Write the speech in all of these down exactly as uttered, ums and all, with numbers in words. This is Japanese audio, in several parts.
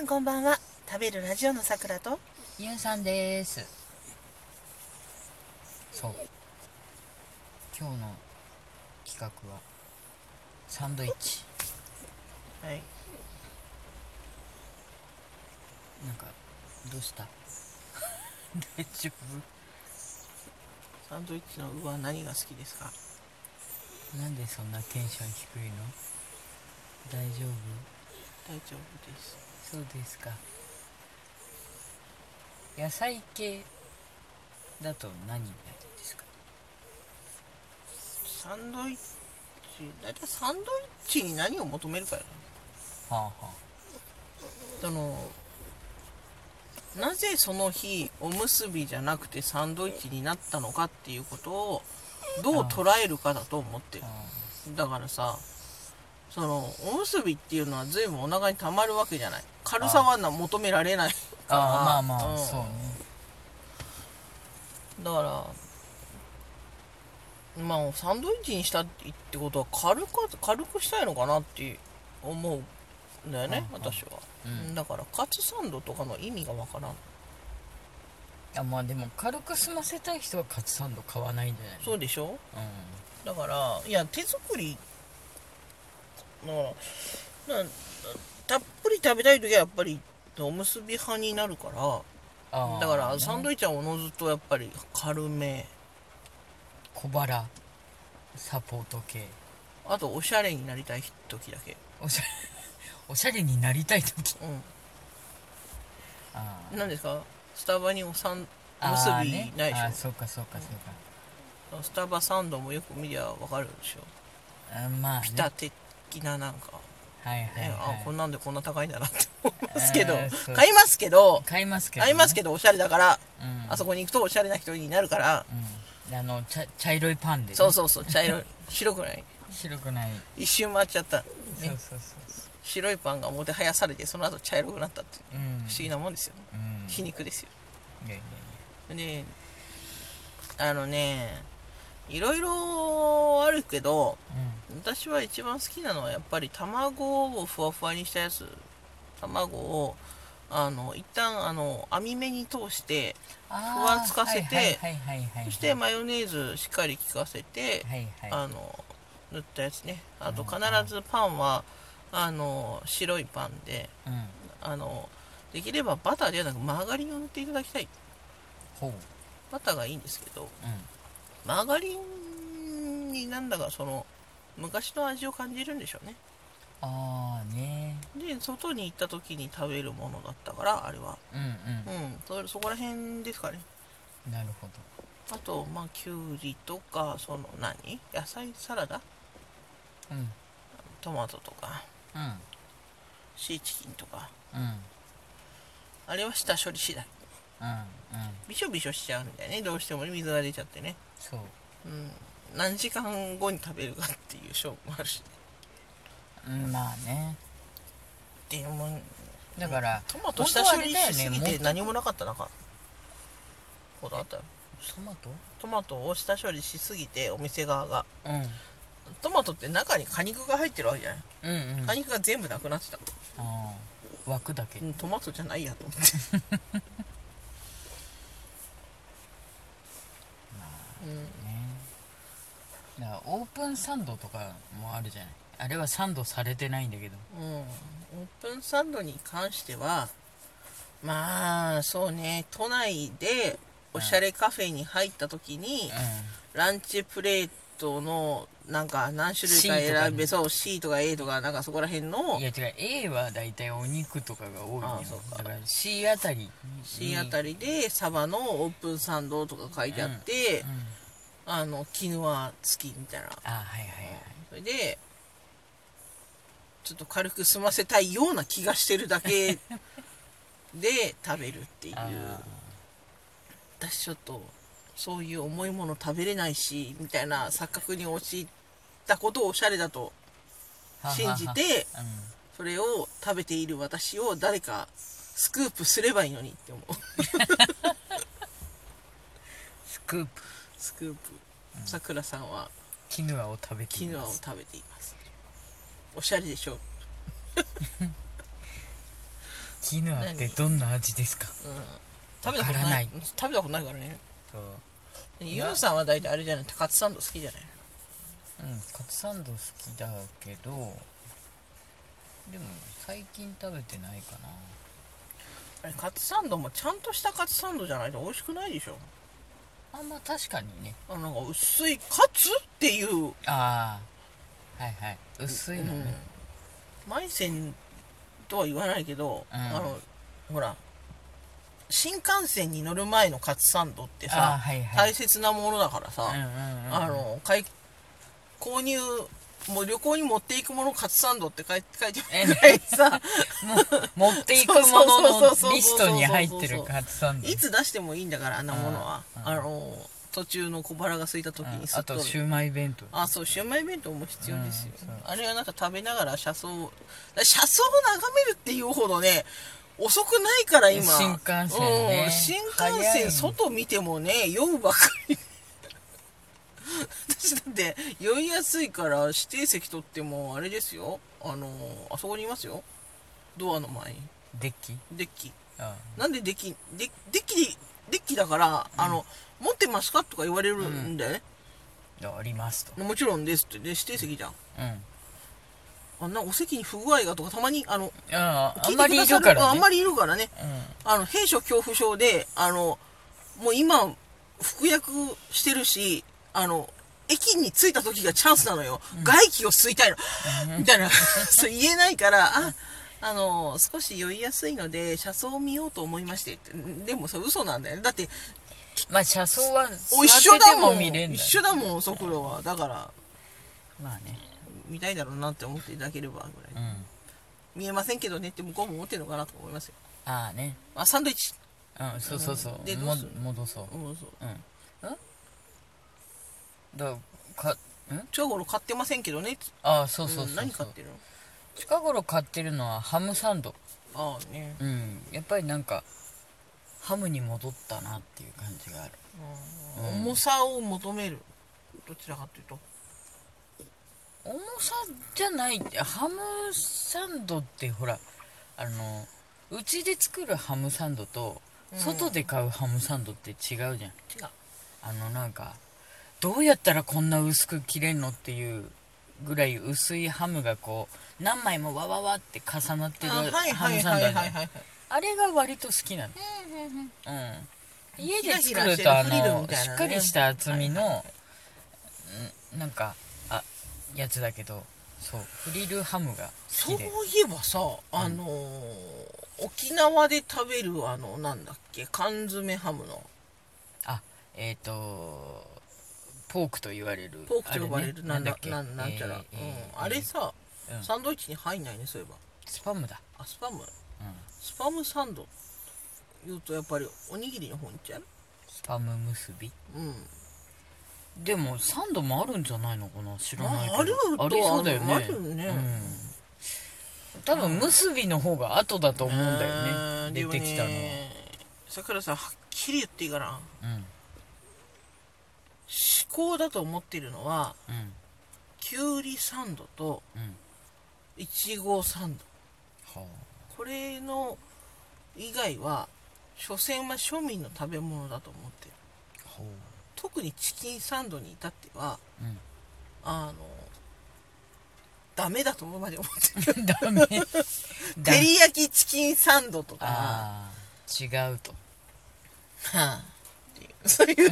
んこんばんは。食べるラジオのさくらとゆうさんです。そう、今日の企画はサンドイッチ。 はい。 なんかどうした大丈サンドイッチの具は何が好きですか？ 夫？なんでそんなテンション低いの？大丈夫？ 大丈夫です。 そうですか。野菜系だと何になるんですか？ サンドイッチ、だいたいサンドイッチに何を求めるかよはあはあ。 な。あのなぜその日おむすびじゃなくてサンドイッチになったのかっていうことをどう捉えるかだと思ってる。だからさ、そのおむすびっていうのは随分お腹にたまるわけじゃない。軽さはな求められないから。 ああ、まあまあ、 うん、 そうね。 だからまあサンドイッチにしたってことは軽く軽くしたいのかなって思うんだよね、 うん、 私は、 うん、 だからカツサンドとかの意味がわからん。 いやまあでも軽く済ませたい人はカツサンド買わないんじゃないの？ そうでしょ。 うだからいや手作りのたっぷり食べたい時はやっぱりおむすび派になるから、 ん。あだからね、 サンドイッチはおのずとやっぱり軽め、 小腹サポート系。 あとおしゃれになりたい時だけ。 おしゃれおしゃれになりたい時。 うあん。何ですか？スタバにおさんおあむすびあね、 ないでしょ。 ああそうかそうかそうか、 スタバサンドもよく見りゃわかるでしょ。 あまあね、 ピタ的ななんか、 はいはいね、 はい、 あこんなんでこんな高いんだなって思いますけど、 あーそう買いますけど買いますけど、ね、 買いますけどおしゃれだから、 うん、 あそこに行くとおしゃれな人になるから、 うん、あの茶茶色いパンで、ね、 そうそうそう、茶色い白くない、 白くない、 一周回っちゃった、ね、 そうそうそう白いパンがもてはやされてその後茶色くなったっていう、 うん、 不思議なもんですよ、 うん、 皮肉ですよ。 いやいやいであのねいろいろあるけど、 や、 私は一番好きなのはやっぱり卵をふわふわにしたやつ。卵をあの一旦あの網目に通してふふわつかせて、そしてマいヨネーズしっかり効かせて、 はいはい、 あの塗ったやつね。あとうん必ずパンはあの白いパンで、 うん、 あのできればバターではなくマーガリンを塗っていただきたい。 ほう、 バターがいいんですけど、 うん、 マーガリンになんだかその昔の味を感じるんでしょうね。 ああね、 で外に行った時に食べるものだったからあれは、 うんうん、 うんそ、そこら辺ですかね。 なるほあとまあきゅうりとかその何野菜サラダ、 ど、うんトマトとかうんシーチキンとか、 うんあれは下処理次第、 うんうん、 びしょびしょしちゃうんだよね、どうしても水が出ちゃってね。 そう、 うん、何時間後に食べるかっていう勝負もあるし、 うん、まあね、 でもだからトマト下処理しすぎて何もなかった中ことあったよ。 トマト、 トマトを下処理しすぎてお店側が、 うんトマトって中に果肉が入ってるわけじゃない、 うんうん、 果肉が全部なくなってた、 ああ枠だけ、 うん、トマトじゃないやと思ってうんね、だからオープンサンドとかもあるじゃない。あれはサンドされてないんだけど、 うん、オープンサンドに関してはまあそうね、都内でおしゃれカフェに入った時に、 うランチプレートのなんか何種類か選べ、そう C とか A とかなんかそこら辺のん、いや違う、 A はだいたいお肉とかが多いのよ。 あそうかだから C あたりに C あたりでサバのオープンサンドとか書いてあって、 うんうん、 あのキヌア付きみたいな、 あはいはいはい、 それでちょっと軽く済ませたいような気がしてるだけで食べるっていう。私ちょっとそういう重いもの食べれないしみたいな錯覚に陥ったことをおしゃれだと信じて、 ははは、 それを食べている私を誰かスクープすればいいのにって思うスクープ、 スクープ、さくらさんはキヌアを食べてキヌアをいます。 食べています。おしゃれでしょキヌアってどんな味ですか？ うん、食べたことない。食べたことないからね。 そうユンさんは大体あれじゃない、カツサンド好きじゃない？ うん、カツサンド好きだけど、でも最近食べてないかな。 あれカツサンドもちゃんとしたカツサンドじゃないと美味しくないでしょ。 あんまあ確かにね。 あのなんか薄いカツっていう、 ああはいはい、薄いのね、 うん、マイセンとは言わないけど、 うん、 あのほら新幹線に乗る前のカツサンドってさ、 はいはい、 大切なものだからさ、 うんうんうんうん、 あの買い購入もう旅行に持っていくものカツサンドって書いて書いてないさも持っていくもののリストに入ってるカツサンド、 いつ出してもいいんだから、あんなものは、 うん、 あの途中の小腹が空いた時にすっと、うん、あとシューマイ弁当、 あそうシューマイ弁当も必要ですよ、 うん、 あれはなんか食べながら車窓車窓を眺めるっていうほどね遅くないから今新幹線ね、 うん、新幹線外見てもね酔うばっかり私だって酔いやすいから指定席取ってもあれですよ、あのあそこにいますよ、ドアの前にデッキデッキ、 ああなんでデッキデッデッキデッキだから、うん、あの持ってますかとか言われるんだよね、 うん、ありますと、 もちろんですってで指定席じゃん、 うん、 あんなお席に不具合がとかたまにあのああんまりいるからね、 あんまりいるからね、 うん、 あの閉所恐怖症であのもう今服薬してるし、あの駅に着いた時がチャンスなのよ、うん、外気を吸いたいの、うん、みたいなそう言えないからああの少し酔いやすいので車窓を見ようと思いましてって、でもそれ嘘なんだよね、だってまあ車窓は一緒だもん、 見れんだ、 一緒だもん速度は、だからまあね見たいだろうなって思っていただければぐらい、うん、見えませんけどねって向こうも思ってるのかなと思いますよ。 ああね、 あサンドイッチ、 うんそうそうそう、うん、でどうする戻そう戻そう、うんうんだかん近頃買ってませんけどね。 ああそうそうそうそう、 うん、何買ってるの？ 近頃買ってるのはハムサンド。 ああね、 うん、やっぱりなんかハムに戻ったなっていう感じがある、 うん、重さを求める、どちらかというと重さじゃないって、ハムサンドってほらあのうちで作るハムサンドと外で買うハムサンドって違うじゃん、違う、あのなんかどうやったらこんな薄く切れんのっていうぐらい薄いハムがこう何枚もわわわって重なってるハムサンドね、あれが割と好きなの、うん、家で作るとあのしっかりした厚みのなんかあやつだけど、そうフリルハムが好きで、 そういえばさ、あのーうん、沖縄で食べるあのなんだっけ缶詰ハムのあえっ、ー、とポークと言われるポークと呼ばれる、ね、なんだっけなん, なんちゃら、えーえー、うん、あれさ、うん、サンドイッチに入んないね、そういえばスパムだ、 あスパム、うん、スパムサンド言うとやっぱりおにぎりの方に行っちゃう、 スパム結び、 うんでもサンドもあるんじゃないのかな、知らないけど、 あるとありそうだよね、 あるね、 うん、多分結びの方が後だと思うんだよね、出てきたのは。 さくらさんはっきり言っていいかな、 うん、思考だと思ってるのは、 うん、 きゅうりサンドといちごサンド、 うん、 これの以外は所詮は庶民の食べ物だと思ってる。特にチキンサンドに至っては、うん、あのダメだと思うまで思ってるダメ照り焼きチキンサンドとかあ違うとはあっていうそういう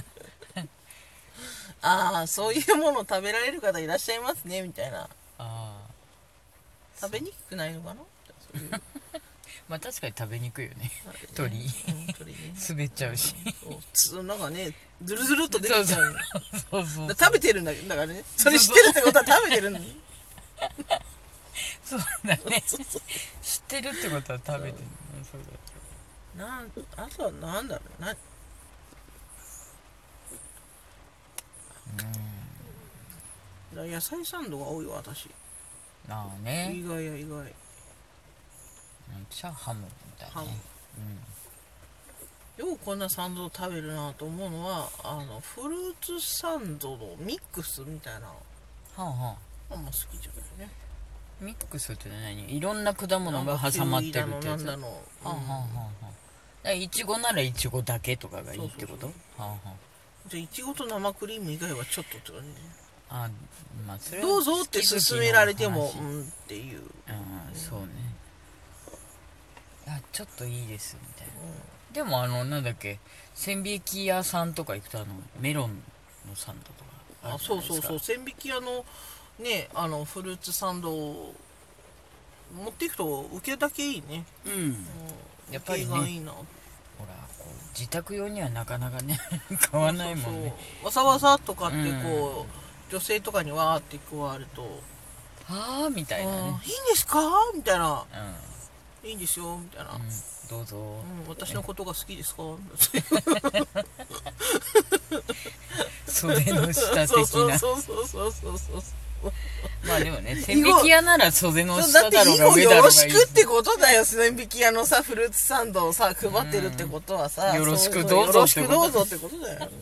ああそういうものを食べられる方いらっしゃいますねみたいな、 あ食べにくくないのかな、そういうまあ確かに食べにくいよね、鳥、ね、鳥ね、滑っちゃうし、 そうなんかねズルズルっと出てきちゃう、 そうそうそう、 食べてるんだからね、それ知ってるってことは食べてるのにそうだね知ってるってことは食べてる、そうだなんあとはなんだろうな、うん、野菜サンドが多いわ私。 ああね、 意外や意外、 じゃあハムみたいな、ね、 うん、よくこんなサンドを食べるなと思うのは、あのフルーツサンドのミックスみたいな、 はあはあんま好きじゃないね。 ミックスって何？いろんな果物が挟まってるってやつ。 なんだの、 はあ、はあはあはあ、いちごならいちごだけとかがいいってこと？はあはあ、 じゃあいちごと生クリーム以外はちょっとって感じ。 あ、まあそれはどうぞって勧められてもうんっていう。 ああ、そうね。あ、ちょっといいですみたいな、うん、でもあのなんだっけ、千匹屋さんとか行くとあのメロンのサンドとかあるあ、 じゃないですか。 そうそうそう、千匹屋のね、あのフルーツサンドを持っていくと受けだけいいね。 うん、うん、やっぱりね、 がいいな。 ほらこう自宅用にはなかなかね買わないもんね。 そうそう、わざわざとかってこう、うん、女性とかにわーって加わると、 はあみたいなね、いいんですかみたいな、うん、いいんですよみたいな、うん、 どうぞ、 うん、私のことが好きですか袖の下的な。 そうそうそうそうそうそうまあでもね、千匹屋なら袖の下だろうが上だろうがいい。 よろしくってことだよ。千匹屋のさ、フルーツサンドをさ、配ってるってことはさ、 よろしくどうぞってこと。 よろしくどうぞってことだよ。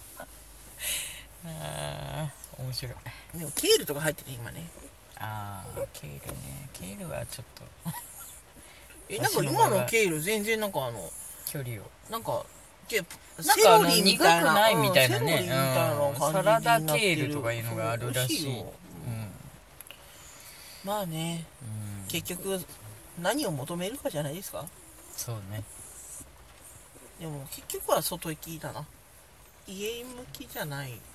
ああ、面白い。 でもケールとか入ってる今ね。 ああ、ケールね。ケールはちょっと。 え、なんか今のケール全然なんかあの、 距離を。 なんか、 なんかあの苦くないみたいなね、うん、サラダケールとかいうのがあるらしい。うん、 まあね、うん、結局何を求めるかじゃないですか。 そうね。 でも結局は外行きだな。家向きじゃない。うん、うん、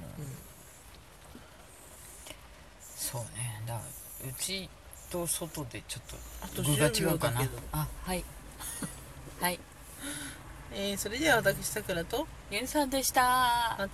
そうね。だからうちと外でちょっと具が違うかな。あ、はいはい。 えー、それでは私さくらとゆんさんでした。